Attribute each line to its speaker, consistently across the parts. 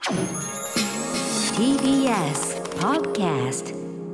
Speaker 1: TBS Podcast。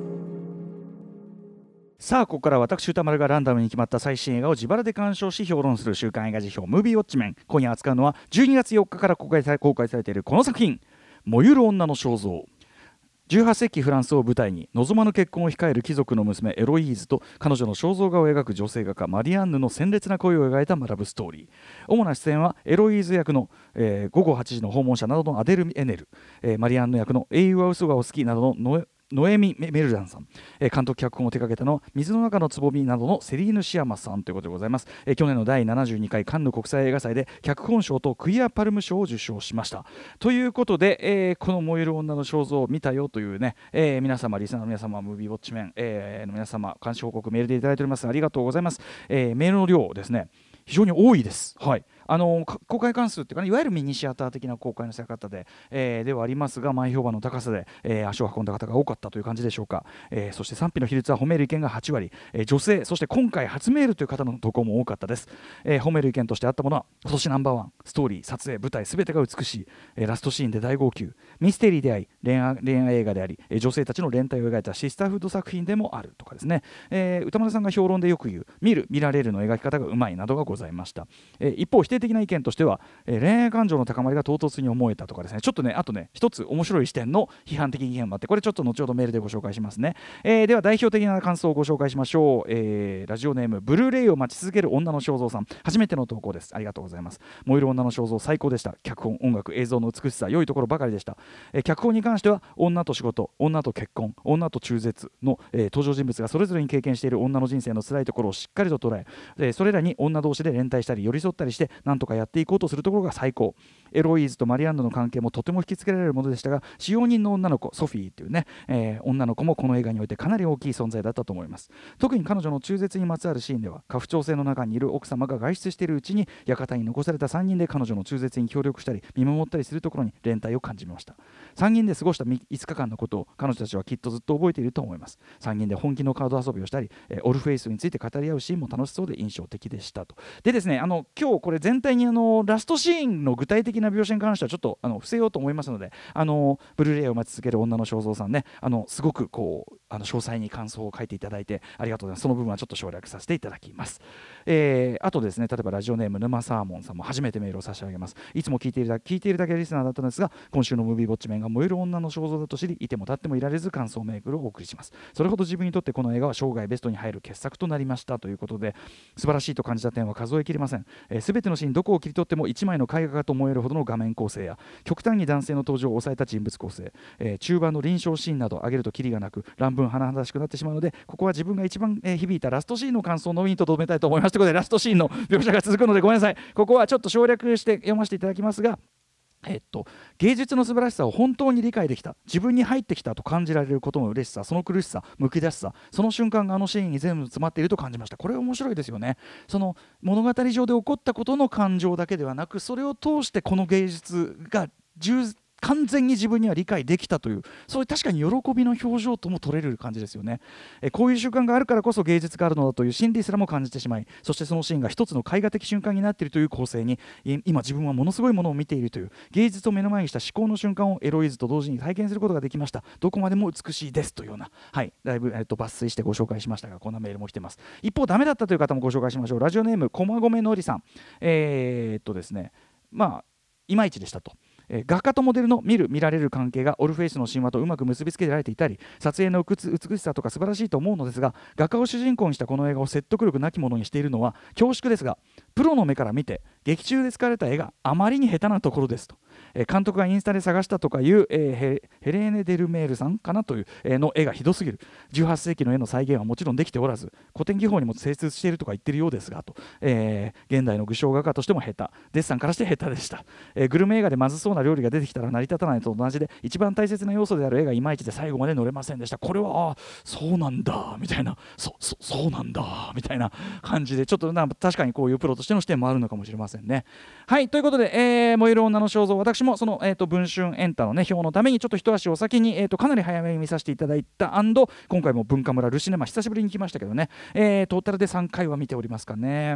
Speaker 2: さあここから私歌丸がランダムに決まった最新映画を自腹で鑑賞し評論する週刊映画辞表ムービーウォッチメン。今夜扱うのは12月4日から公開されているこの作品、燃ゆる女の肖像。18世紀フランスを舞台に望まぬ結婚を控える貴族の娘エロイーズと彼女の肖像画を描く女性画家マリアンヌの鮮烈な恋を描いたラブストーリー。主な出演はエロイーズ役の、午後8時の訪問者などのアデル・エネル、マリアンヌ役の英雄は嘘がお好きなどのノエミ・メルダンさん、監督脚本を手掛けたのは水の中のつぼみなどのセリーヌ・シアマさんということでございます。去年の第72回カンヌ国際映画祭で脚本賞とクイア・パルム賞を受賞しましたということで、この燃える女の肖像を見たよというね、皆様リスナーの皆様ムービーウォッチメン、の皆様監視報告メールでいただいております。ありがとうございます。メールの量ですね非常に多いです。はい、公開関数っていうか、ね、いわゆるミニシアター的な公開のされ方で、ではありますが前評判の高さで、足を運んだ方が多かったという感じでしょうか。そして賛否の比率は褒める意見が8割、女性そして今回初メールという方の投稿も多かったです。褒める意見としてあったものは今年ナンバーワン、ストーリー、撮影、舞台全てが美しい、ラストシーンで大号泣、ミステリーであり恋愛映画であり、女性たちの連帯を描いたシスターフード作品でもあるとかですね、歌丸さんが評論でよく言う見られるの描き方がうまいなどがございました。一方否定的な意見としては、恋愛感情の高まりが唐突に思えたとかですね、ちょっとねあとね一つ面白い視点の批判的意見もあって、これちょっと後ほどメールでご紹介しますね。では代表的な感想をご紹介しましょう。ラジオネームブルーレイを待ち続ける女の肖像さん、初めての投稿です。ありがとうございます。燃える女の肖像最高でした。脚本、音楽、映像の美しさ良いところばかりでした。脚本に関しては女と仕事、女と結婚、女と中絶の、登場人物がそれぞれに経験している女の人生の辛いところをしっかりと捉え、それらに女同士で連帯したり寄り添ったりしてなんとかやっていこうとするところが最高。エロイーズとマリアンヌの関係もとても引きつけられるものでしたが、使用人の女の子ソフィーというね、女の子もこの映画においてかなり大きい存在だったと思います。特に彼女の中絶にまつわるシーンでは家父長制の中にいる奥様が外出しているうちに館に残された3人で彼女の中絶に協力したり見守ったりするところに連帯を感じました。3人で過ごした5日間のことを彼女たちはきっとずっと覚えていると思います。3人で本気のカード遊びをしたり、オルフェイスについて語り合うシーンも楽しそうで印象的でしたと。でですね、今日これ全体にラストシーンの具体的な描写に関してはちょっと伏せようと思いますので、ブルーレイを待ち続ける女の肖像さんね、すごくこう詳細に感想を書いていただいてありがとうございます。その部分はちょっと省略させていただきます。あとですね、例えばラジオネーム沼サーモンさんも初めてメールを差し上げます。いつも聞いているだけリスナーだったんですが、今週のムービーウォッチメンが燃える女の肖像だと知り、いても立ってもいられず感想メールをお送りします。それほど自分にとってこの映画は生涯ベストに入る傑作となりましたということで、素晴らしいと感じた点は数えきれません。全てのシーンどこを切り取っても1枚の絵画かと思えるほどの画面構成や極端に男性の登場を抑えた人物構成、中盤の臨床シーンなど上げるとキリがなく乱文甚だしくなってしまうので、ここは自分が一番響いたラストシーンの感想のみにとどめたいと思いますということで、ラストシーンの描写が続くのでごめんなさい、ここはちょっと省略して読ませていただきますが、芸術の素晴らしさを本当に理解できた、自分に入ってきたと感じられることの嬉しさ、その苦しさ、むき出しさ、その瞬間がシーンに全部詰まっていると感じました。これ面白いですよね。その物語上で起こったことの感情だけではなく、それを通してこの芸術が完全に自分には理解できたという、そういう確かに喜びの表情とも取れる感じですよね。こういう習慣があるからこそ芸術があるのだという心理すらも感じてしまい、そしてそのシーンが一つの絵画的瞬間になっているという構成に、今自分はものすごいものを見ているという芸術を目の前にした至高の瞬間をエロイズと同時に体験することができました。どこまでも美しいですというような、はい、だいぶ、抜粋してご紹介しましたが、こんなメールも来てます。一方ダメだったという方もご紹介しましょう。ラジオネーム駒込のりさん、ですね、いまいちでしたと。画家とモデルの見られる関係がオルフェイスの神話とうまく結びつけられていたり、撮影の美しさとか素晴らしいと思うのですが、画家を主人公にしたこの映画を説得力なきものにしているのは恐縮ですが、プロの目から見て劇中で使われた絵があまりに下手なところですと。監督がインスタで探したとかいう、ヘレーネ・デルメールさんかなという、の絵がひどすぎる。18世紀の絵の再現はもちろんできておらず、古典技法にも精通しているとか言ってるようですがと、現代の具象画家としても下手、デッサンからして下手でした。グルメ映画でまずそうな料理が出てきたら成り立たないと同じで、一番大切な要素である絵がいまいちで最後まで乗れませんでした。これはそうなんだみたいな、そうなんだみたいな感じで、ちょっと確かにこういうプロとしての視点もあるのかもしれませんね。はい、ということで、燃える女の肖像、私もその、文春エンタの、ね、表のためにちょっと一足お先に、かなり早めに見させていただいた今回も文化村ルシネマ久しぶりに来ましたけどね、トータルで3回は見ておりますかね。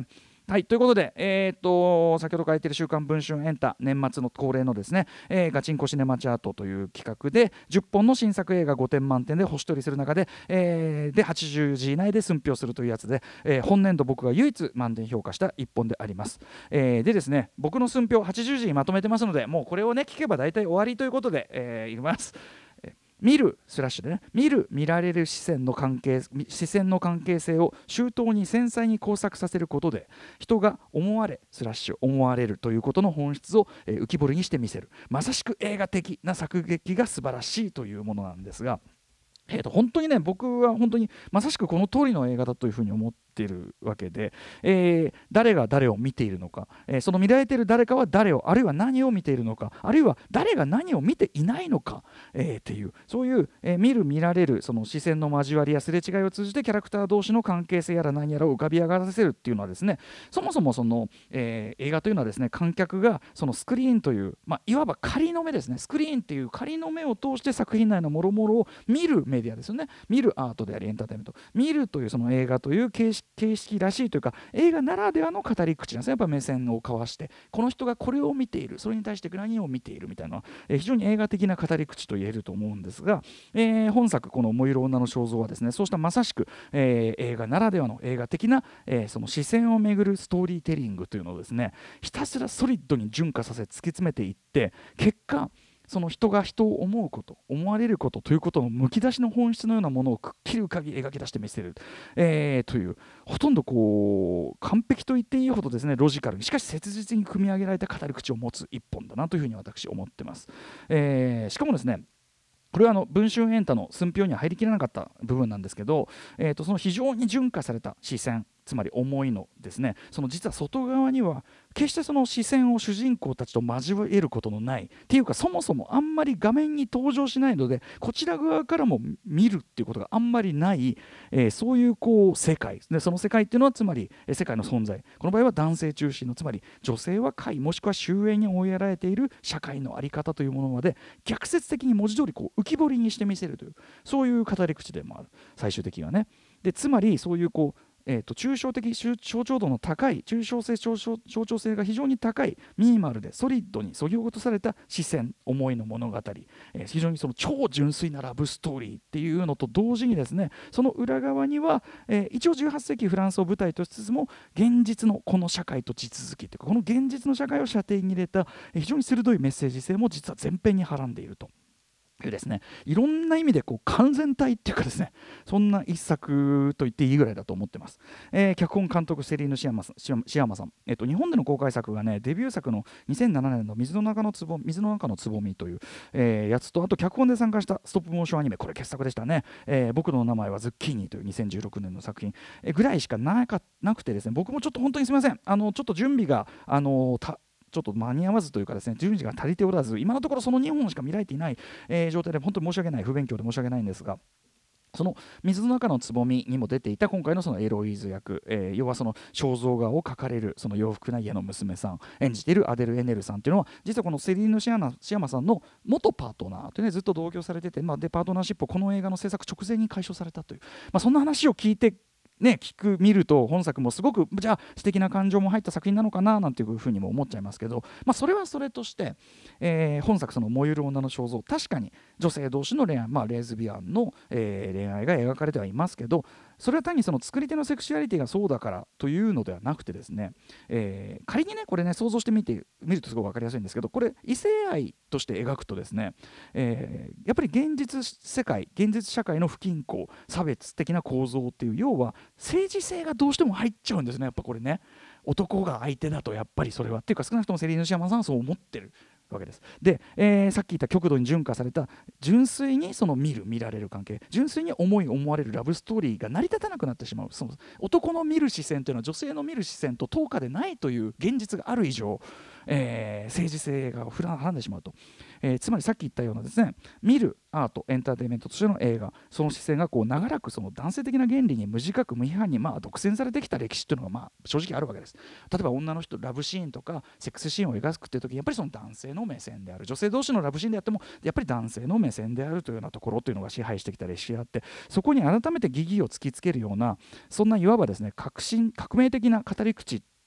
Speaker 2: はい、ということで、先ほど書いている週刊文春エンタ年末の恒例のですね、ガチンコシネマチャートという企画で10本の新作映画5点満点で星取りする中で、80字以内で寸評するというやつで、本年度僕が唯一満点評価した1本であります。でですね、僕の寸評80字にまとめてますので、もうこれをね聞けば大体終わりということで、いきます。見るスラッシュでね、見られる視線の関係性を周到に繊細に工作させることで、人が思われスラッシュ思われるということの本質を、浮き彫りにしてみせる、まさしく映画的な作劇が素晴らしいというものなんですが、本当にね、僕は本当にまさしくこの通りの映画だというふうに思っているわけで、誰が誰を見ているのか、その見られている誰かは誰を、あるいは何を見ているのか、あるいは誰が何を見ていないのか、っていうそういう、見られるその視線の交わりやすれ違いを通じてキャラクター同士の関係性やら何やらを浮かび上がらせるっていうのはですね、そもそもその、映画というのはですね、観客がそのスクリーンという、いわば仮の目ですね、スクリーンっていう仮の目を通して作品内の諸々を見るメディアですよね。見るアートでありエンターテインメント、見るというその映画という形式らしいというか、映画ならではの語り口なんですね。やっぱ目線を交わして、この人がこれを見ている、それに対して何を見ているみたいな、非常に映画的な語り口と言えると思うんですが、本作この燃ゆる女の肖像はですね、そうしたまさしく、映画ならではの映画的な、その視線をめぐるストーリーテリングというのをですね、ひたすらソリッドに純化させ突き詰めていって、結果その人が人を思うこと、思われることということのむき出しの本質のようなものをくっきり浮かび描き出してみせる、という、ほとんどこう完璧と言っていいほどですね、ロジカルにしかし切実に組み上げられた語り口を持つ一本だなというふうに私思ってます。しかもですね、これは文春エンタの寸評には入りきらなかった部分なんですけど、その非常に純化された視線、つまり思いのですね、その実は外側には決してその視線を主人公たちと交えることのないっていうか、そもそもあんまり画面に登場しないので、こちら側からも見るっていうことがあんまりない、そういうこう世界で、その世界っていうのはつまり世界の存在、この場合は男性中心の、つまり女性は下位もしくは終焉に追いやられている社会の在り方というものまで逆説的に文字通りこう浮き彫りにしてみせるという、そういう語り口でもある、最終的にはね。でつまりそういうこう抽象的象徴度の高い、抽象性象徴性が非常に高い、ミニマルでソリッドにそぎ落とされた視線、思いの物語、非常にその超純粋なラブストーリーっていうのと同時にですね、その裏側には、一応18世紀フランスを舞台としつつも現実のこの社会と地続きというか、この現実の社会を射程に入れた非常に鋭いメッセージ性も実は前編にはらんでいるとですね、いろんな意味でこう完全体っていうかですね、そんな一作と言っていいぐらいだと思ってます。脚本監督セリーヌ・シアマさん、日本での公開作がね、デビュー作の2007年の水の中のつぼみという、やつと、あと脚本で参加したストップモーションアニメ、これ傑作でしたね、僕の名前はズッキーニという2016年の作品、ぐらいしかなくてですね、僕もちょっと本当にすみません、ちょっと準備がちょっと間に合わずというかですね、準備が足りておらず、今のところその2本しか見られていない、状態で本当に申し訳ない、不勉強で申し訳ないんですが、その水の中のつぼみにも出ていた今回のそのエロイーズ役、要はその肖像画を描かれるその洋服な家の娘さん演じているアデル・エネルさんっていうのは、実はこのセリーヌ・シアマさんの元パートナーというね、ずっと同居されてて、でパートナーシップをこの映画の制作直前に解消されたという、そんな話を聞いて見ると本作もすごくじゃあ素敵な感情も入った作品なのかななんていうふうにも思っちゃいますけど、それはそれとして、本作その燃ゆる女の肖像、確かに女性同士の恋愛、レズビアンの、恋愛が描かれてはいますけど、それは単にその作り手のセクシュアリティがそうだからというのではなくてですね、仮にねこれね想像してみるとすごく分かりやすいんですけど、これ異性愛として描くとですね、やっぱり現実社会の不均衡、差別的な構造っていう、要は政治性がどうしても入っちゃうんですね、やっぱこれね、男が相手だとやっぱりそれはっていうか、少なくともセリーヌ・シアマさんはそう思ってるわけです。で、さっき言った極度に純化された純粋にその見られる関係、純粋に思われるラブストーリーが成り立たなくなってしまう、その男の見る視線というのは女性の見る視線と等価でないという現実がある以上、政治性がはらんでしまうと、つまりさっき言ったようなですね、見るアートエンターテインメントとしての映画、その視線がこう長らくその男性的な原理に無自覚無批判に独占されてきた歴史というのが正直あるわけです。例えば女の人ラブシーンとかセックスシーンを描くっていう時にやっぱりその男性の目線である、女性同士のラブシーンであってもやっぱり男性の目線であるというようなところというのが支配してきた歴史があって、そこに改めて疑義を突きつけるような、そんないわばですね革命的な語り口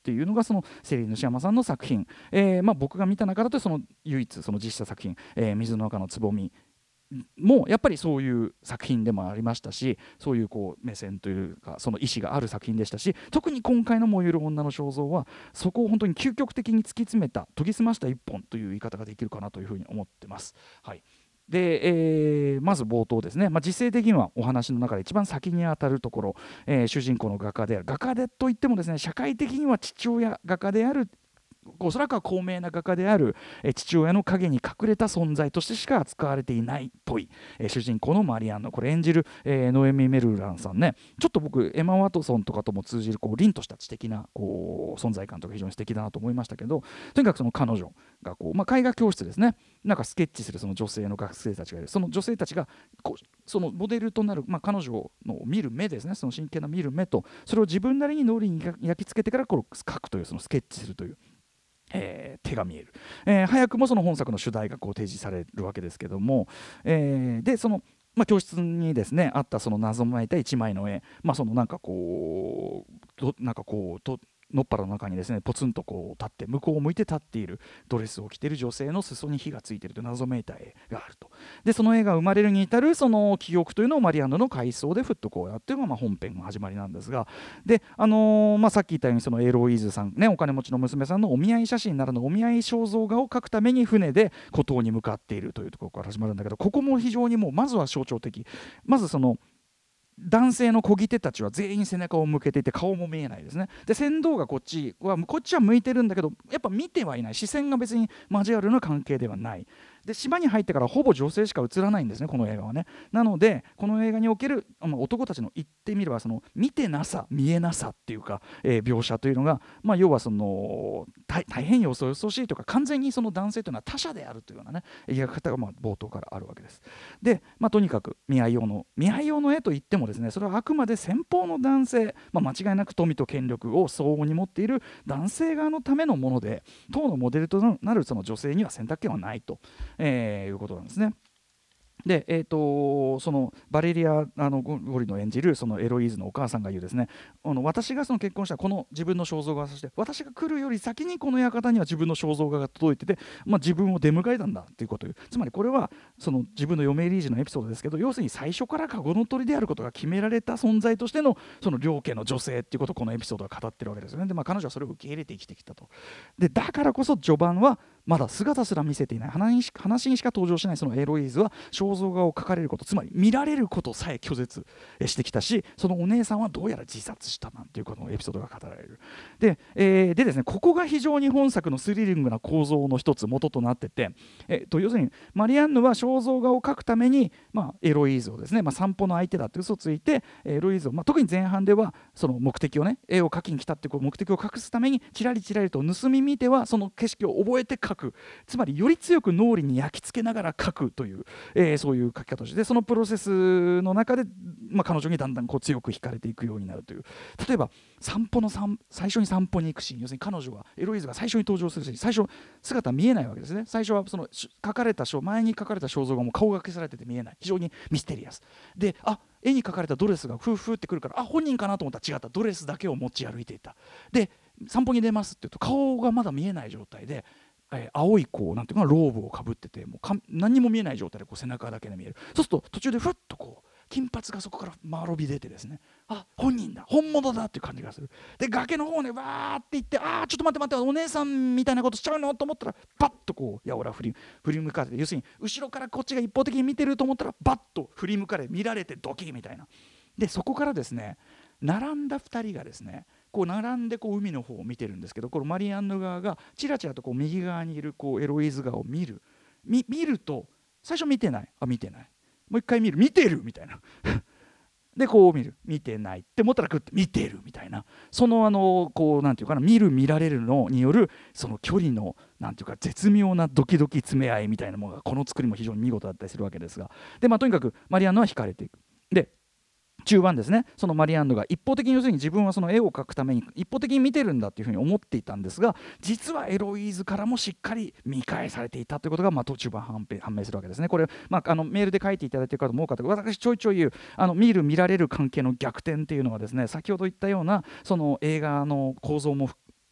Speaker 2: っていうのがそのセリーヌ・シアマさんの作品、僕が見た中だとその唯一その実写作品、水の中のつぼみもやっぱりそういう作品でもありましたし、そういうこう目線というかその意思がある作品でしたし、特に今回の燃ゆる女の肖像はそこを本当に究極的に突き詰めた研ぎ澄ました一本という言い方ができるかなというふうに思ってます。はい。で、まず冒頭ですね、時勢的にはお話の中で一番先にあたるところ、主人公の画家である、画家でといってもですね、社会的には父親画家である、おそらくは高名な画家である父親の影に隠れた存在としてしか扱われていないっぽい、主人公のマリアンヌ、これ演じる、ノエミ・メルランさんね、ちょっと僕エマ・ワトソンとかとも通じるこう凛とした知的なこう存在感とか非常に素敵だなと思いましたけど、とにかくその彼女がこう、絵画教室ですね、なんかスケッチするその女性の学生たちがいる、その女性たちがこうそのモデルとなる、彼女の見る目ですね、その真剣な見る目とそれを自分なりに脳裏に焼き付けてからこう描くという、そのスケッチするという、手が見える、早くもその本作の主題がこう提示されるわけですけども、でその教室にですねあったその謎めいた一枚の絵、そのなんかこうのっぱらの中にですねポツンとこう立って向こうを向いて立っているドレスを着ている女性の裾に火がついているという謎めいた絵があると。でその絵が生まれるに至るその記憶というのをマリアンヌの回想でふっとこうやっていうのが本編の始まりなんですが、で、さっき言ったようにそのエロイーズさんね、お金持ちの娘さんのお見合い写真ならぬお見合い肖像画を描くために船で孤島に向かっているというところから始まるんだけど、ここも非常にもうまずは象徴的。まずその男性の漕ぎ手たちは全員背中を向けていて顔も見えないですね。で船頭がこっちは向いてるんだけどやっぱ見てはいない、視線が別に交わるような関係ではない。で島に入ってからほぼ女性しか映らないんですね、この映画はね。なのでこの映画における、男たちの言ってみればその見てなさ見えなさっていうか、描写というのが、要はその大変よそよそしいというか、完全にその男性というのは他者であるというようなね描き方が冒頭からあるわけです。で、とにかく見合い用の絵といってもですね、それはあくまで先方の男性、間違いなく富と権力を相互に持っている男性側のためのもので、当のモデルとなるその女性には選択権はないと、いうことなんですね。で、そのバレリアゴリの演じるそのエロイーズのお母さんが言うですね、私がその結婚したこの自分の肖像画、そして私が来るより先にこの館には自分の肖像画が届いてて、自分を出迎えたんだということを言う。つまりこれはその自分の嫁リージのエピソードですけど、要するに最初からカゴの鳥であることが決められた存在としてのその両家の女性っていうことをこのエピソードは語ってるわけですよね。で、彼女はそれを受け入れて生きてきたと。でだからこそ序盤はまだ姿すら見せていない、話にしか登場しないそのエロイーズは肖像画を描かれること、つまり見られることさえ拒絶してきたし、そのお姉さんはどうやら自殺したなんていうこのエピソードが語られる。で、でですね、ここが非常に本作のスリリングな構造の一つ元となってて、要するにマリアンヌは肖像画を描くために、エロイーズをですね、散歩の相手だって嘘ついてエロイーズを、特に前半ではその目的をね、絵を描きに来たっていう目的を隠すためにチラリチラリと盗み見てはその景色を覚えて描く、つまりより強く脳裏に焼き付けながら描くという、そういう描き方をして、そのプロセスの中で、彼女にだんだんこう強く惹かれていくようになるという。例えば最初に散歩に行くシーン、要するに彼女がエロイーズが最初に登場するシーン、最初姿見えないわけですね。最初はその前に描かれた肖像画も顔が消されてて見えない、非常にミステリアスで、絵に描かれたドレスがフーフーってくるから、本人かなと思ったら違った、ドレスだけを持ち歩いていた。で散歩に出ますって言うと顔がまだ見えない状態で、青いこうなんていうかローブをかぶってて、もう何にも見えない状態でこう背中だけで見える。そうすると途中でふっとこう金髪がそこからまろび出てですね、本人だ本物だっていう感じがする。で崖の方ねわーって行って、ちょっと待ってお姉さんみたいなことしちゃうのと思ったらバッとこうやおら振り向かれて、要するに後ろからこっちが一方的に見てると思ったらバッと振り向かれ見られてドキみたいな。でそこからですね並んだ2人がですねこう並んでこう海の方を見てるんですけど、このマリアンヌ側がチラチラとこう右側にいるこうエロイーズ側を見ると、最初見てない、見てない、もう一回見てるみたいなでこう見てないって思ったらグッて見てるみたいな、そのこうなんていうかな、見られるのによるその距離のなんていうか絶妙なドキドキ詰め合いみたいなものがこの作りも非常に見事だったりするわけですが、でとにかくマリアンヌは惹かれていく。で中盤ですね、そのマリアンヌが一方的に要するに自分はその絵を描くために一方的に見てるんだっていうふうに思っていたんですが、実はエロイーズからもしっかり見返されていたということが中盤判明するわけですね。これ、メールで書いていただいている方も多かったけど、私ちょいちょい言う見られる関係の逆転っていうのはですね、先ほど言ったようなその映画の構造も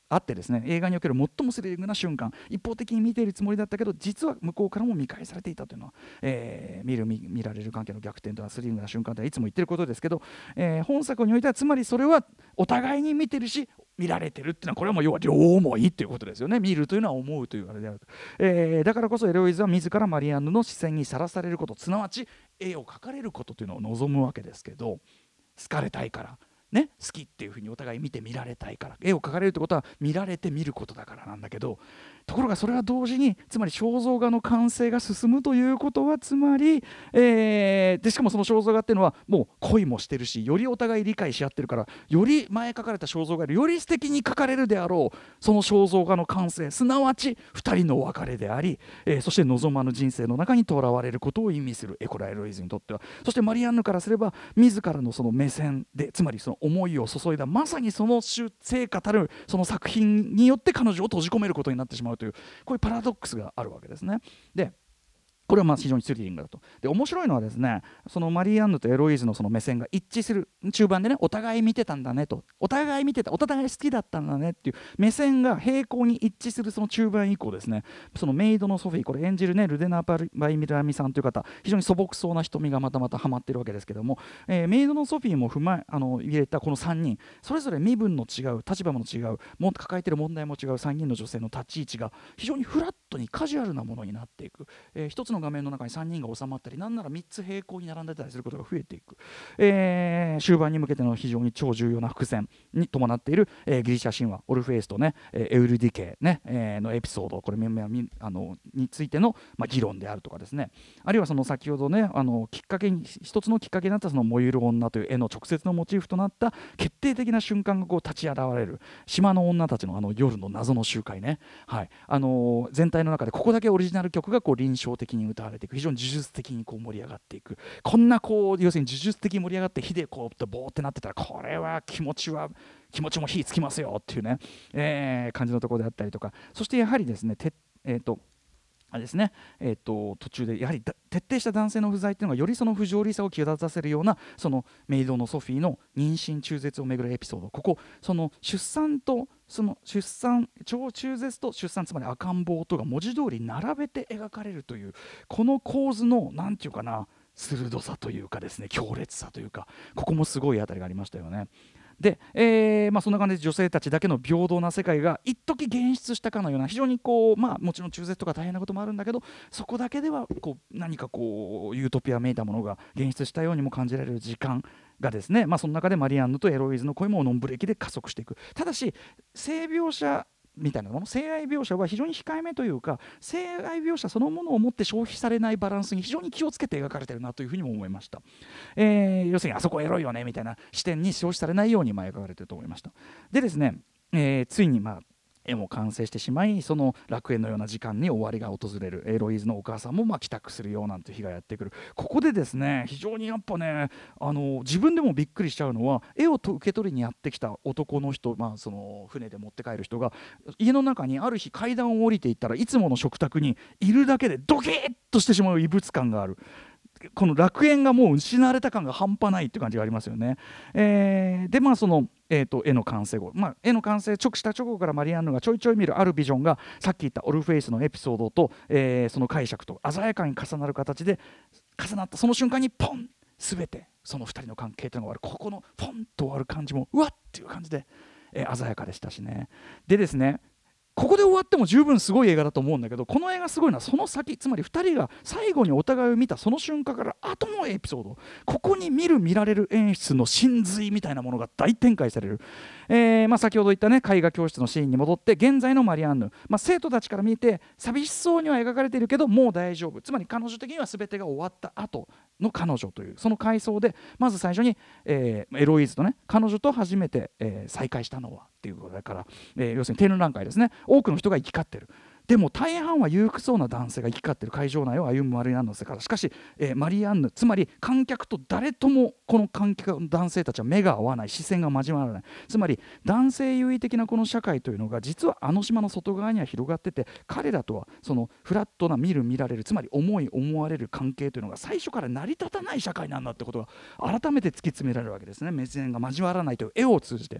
Speaker 2: あってですね、映画における最もスリリングな瞬間、一方的に見ているつもりだったけど実は向こうからも見返されていたというのは、見られる関係の逆転というのはスリリングな瞬間とはいつも言ってることですけど、本作においてはつまりそれはお互いに見てるし見られてるっていうのはこれはもう要は両思いということですよね。見るというのは思うというあれであると、だからこそエロイズは自らマリアンヌの視線にさらされること、すなわち絵を描かれることというのを望むわけですけど、好かれたいからね、好きっていう風にお互い見て見られたいから、絵を描かれるってことは見られて見ることだからなんだけど、ところがそれは同時につまり肖像画の完成が進むということはつまり、でしかもその肖像画っていうのはもう恋もしてるし、よりお互い理解し合ってるから、より前描かれた肖像画よりより素敵に描かれるであろうその肖像画の完成、すなわち2人のお別れであり、そして望まぬ人生の中にとらわれることを意味するこれはエロイズにとっては。そしてマリアンヌからすれば自らのその目線で、つまりその思いを注いだまさにその成果たるその作品によって彼女を閉じ込めることになってしまうという、こういうパラドックスがあるわけですね。でこれはまあ非常にスリリングだと。で面白いのはですね、そのマリー・アンヌとエロイーズのその目線が一致する中盤でね、お互い見てたんだねと、お互い見てた、お互い好きだったんだねっていう目線が平行に一致するその中盤以降ですね、そのメイドのソフィー、これ演じるねルデナ・バイミラミさんという方、非常に素朴そうな瞳がまたまたハマってるわけですけども、メイドのソフィーも入れたこの3人、それぞれ身分の違う、立場も違う、抱えている問題も違う3人の女性の立ち位置が非常にフラットにカジュアルなものになっていく、一つの画面の中に3人が収まったり、なんなら3つ平行に並んでたりすることが増えていく、終盤に向けての非常に超重要な伏線に伴っている、ギリシャ神話オルフェウスとね、エウルディケ、ねのエピソード、これについての、議論であるとかですね、あるいはその先ほどね一つのきっかけになったその燃ゆる女という絵の直接のモチーフとなった決定的な瞬間がこう立ち現れる島の女たちの夜の謎の集会ね、はい、全体の中でここだけオリジナル曲がこう臨床的に歌われていく、非常に呪術的にこう盛り上がっていく、こんなこう要するに呪術的に盛り上がって火でこうボーってなってたら、これは気持ちも火つきますよっていうね、感じのところであったりとか、そしてやはりですねあれですね途中でやはり徹底した男性の不在っていうのがよりその不条理さを際立たせるような、そのメイドのソフィーの妊娠中絶をめぐるエピソード、ここその出産とその中絶と出産、つまり赤ん坊とが文字通り並べて描かれるというこの構図のなんていうかな、鋭さというかですね、強烈さというか、ここもすごいあたりがありましたよね。で、そんな感じで女性たちだけの平等な世界が一時現出したかのような、非常にこう、もちろん中絶とか大変なこともあるんだけど、そこだけではこう何かこうユートピアめいたものが現出したようにも感じられる時間がですね、その中でマリアンヌとエロイズの恋もノンブレーキで加速していく。ただし性描写みたいなもの、性愛描写は非常に控えめというか、性愛描写そのものをもって消費されないバランスに非常に気をつけて描かれているなというふうにも思いました。要するにあそこエロいよねみたいな視点に消費されないように描かれていると思いました。でですね、ついに絵も完成してしまい、その楽園のような時間に終わりが訪れる、エロイズのお母さんも帰宅するよなんて日がやってくる。ここでですね、非常にやっぱね自分でもびっくりしちゃうのは、絵を受け取りにやってきた男の人、その船で持って帰る人が家の中にある日階段を降りていったら、いつもの食卓にいるだけでドキッとしてしまう異物感がある。この楽園がもう失われた感が半端ないっていう感じがありますよね。でその絵の完成後、絵の完成した直後からマリアンヌがちょいちょい見るあるビジョンが、さっき言ったオルフェイスのエピソードと、その解釈と鮮やかに重なる形で重なったその瞬間にポン、全てその2人の関係というのが終わる、ここのポンと終わる感じもうわっっていう感じで、鮮やかでしたしね。でですね、ここで終わっても十分すごい映画だと思うんだけど、この映画すごいのはその先、つまり2人が最後にお互いを見たその瞬間から後のエピソード、ここに見られる演出の真髄みたいなものが大展開される。先ほど言ったね絵画教室のシーンに戻って、現在のマリアンヌ、生徒たちから見て寂しそうには描かれているけどもう大丈夫、つまり彼女的には全てが終わった後の彼女というその回想で、まず最初に、エロイーズとね彼女と初めて、再会したのはっていうことだから、要するに展覧会ですね、多くの人が行き交ってる。でも大半は裕福そうな男性が行き交っている会場内を歩むマリアンヌの世界から、しかし、マリアンヌ、つまり観客と誰ともこの観客の男性たちは目が合わない、視線が交わらない、つまり男性優位的なこの社会というのが実はあの島の外側には広がってて、彼らとはそのフラットな見られる、つまり思われる関係というのが最初から成り立たない社会なんだってことが改めて突き詰められるわけですね。目線が交わらないという絵を通じて。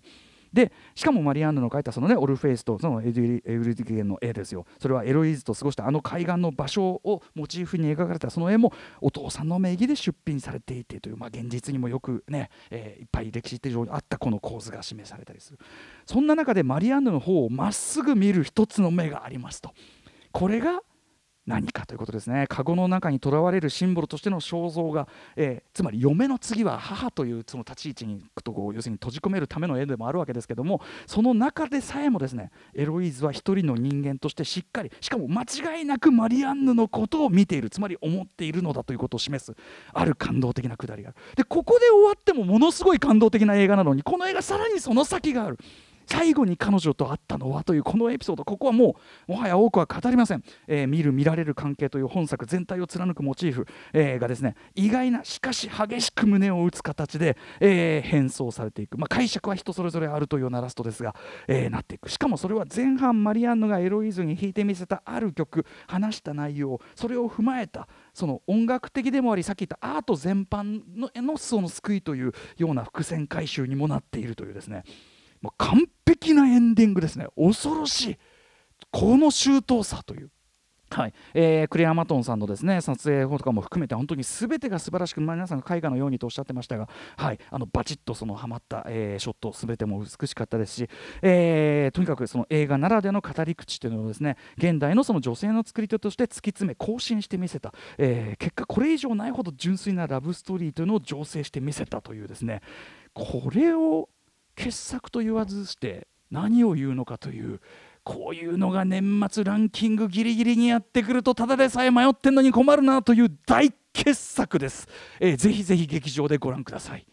Speaker 2: でしかもマリアンヌの描いたそのねオルフェイスとそのエウリディケンの絵ですよ。それはエロイーズと過ごしたあの海岸の場所をモチーフに描かれたその絵もお父さんの名義で出品されていてという、現実にもよくね、いっぱい歴史上にあったこの構図が示されたりする。そんな中でマリアンヌの方をまっすぐ見る一つの目がありますと。これが何かということですね。カゴの中にとらわれるシンボルとしての肖像が、つまり嫁の次は母というその立ち位置に要するに閉じ込めるための絵でもあるわけですけども、その中でさえもですねエロイーズは一人の人間としてしっかりしかも間違いなくマリアンヌのことを見ている、つまり思っているのだということを示すある感動的なくだりがある。でここで終わってもものすごい感動的な映画なのに、この映画さらにその先がある。最後に彼女と会ったのはというこのエピソード、ここはもはや多くは語りません。見られる関係という本作全体を貫くモチーフ、がですね意外なしかし激しく胸を打つ形で、変装されていく、解釈は人それぞれあるというようなラストですが、なっていく。しかもそれは前半マリアンヌがエロイーズに弾いてみせたある曲、話した内容、それを踏まえたその音楽的でもあり、さっき言ったアート全般のその救いというような伏線回収にもなっているというですね、もう完璧なエンディングですね。恐ろしいこの周到さという、クレア・マトンさんのですね撮影とかも含めて本当に全てが素晴らしく、皆さんが絵画のようにとおっしゃってましたが、バチッとそのはまった、ショット全ても美しかったですし、とにかくその映画ならではの語り口というのをですね現代のその女性の作り手として突き詰め更新してみせた、結果これ以上ないほど純粋なラブストーリーというのを醸成してみせたというですね、これを傑作と言わずして何を言うのかという、こういうのが年末ランキングギリギリにやってくるとただでさえ迷ってんのに困るなという大傑作です。ぜひぜひ劇場でご覧ください。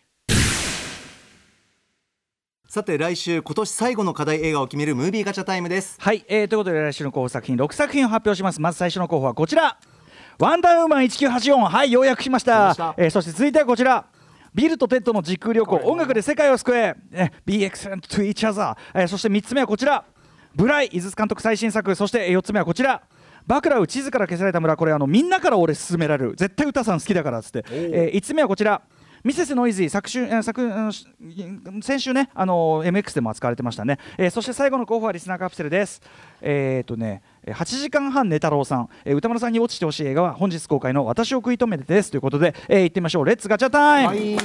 Speaker 3: さて来週今年最後の課題映画を決めるムービーガチャタイムです。
Speaker 2: ということで来週の候補作品6作品を発表します。まず最初の候補はこちら、ワンダーウーマン1984、ようやくしました。そして続いてはこちら、ビルとテッドの時空旅行、音楽で世界を救え、Be excellent to each other、そして3つ目はこちら、ブライ、井筒監督最新作、そして4つ目はこちら、バクラウ地図から消された村。これみんなから俺勧められる、絶対歌さん好きだからっつって、5つ目はこちら、ミセスノイズー、先週ねMX でも扱われてましたね。そして最後の候補はリスナーカプセルです。8時間半寝太郎さん、歌丸さんに落ちてほしい映画は本日公開の私を食い止めてですということで、行ってみましょう。レッツガチャタイム。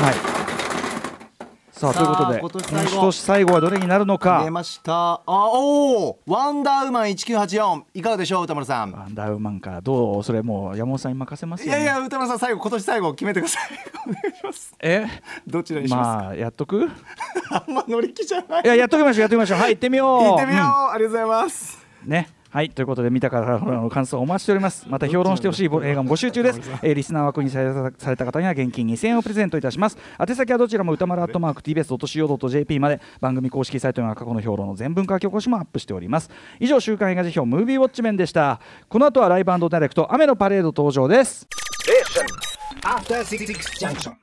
Speaker 2: さあということで今年最後はどれになるのか。
Speaker 3: 出ました。ワンダーウーマン1984、いかがでしょう歌丸さん。
Speaker 2: ワンダーウーマンか、どう、それもう山本さんに任せますよね。
Speaker 3: いや歌丸さん最後、今年最後決めてくださいお願いします。どちらにしますか。
Speaker 2: やっとく
Speaker 3: あんま乗り気じゃない。
Speaker 2: やっときましょう行ってみよう、
Speaker 3: ありがとうございます
Speaker 2: ね。ということで見たからの感想をお待ちしております。また評論してほしい映画も募集中です。リスナー枠にされた方には現金2000円をプレゼントいたします。宛先はどちらも歌丸@tbs.co.jp まで。番組公式サイトには過去の評論の全文書き起こしもアップしております。以上、週刊映画辞表ムービーウォッチメンでした。この後はライブ&ダイレクト雨のパレード登場です。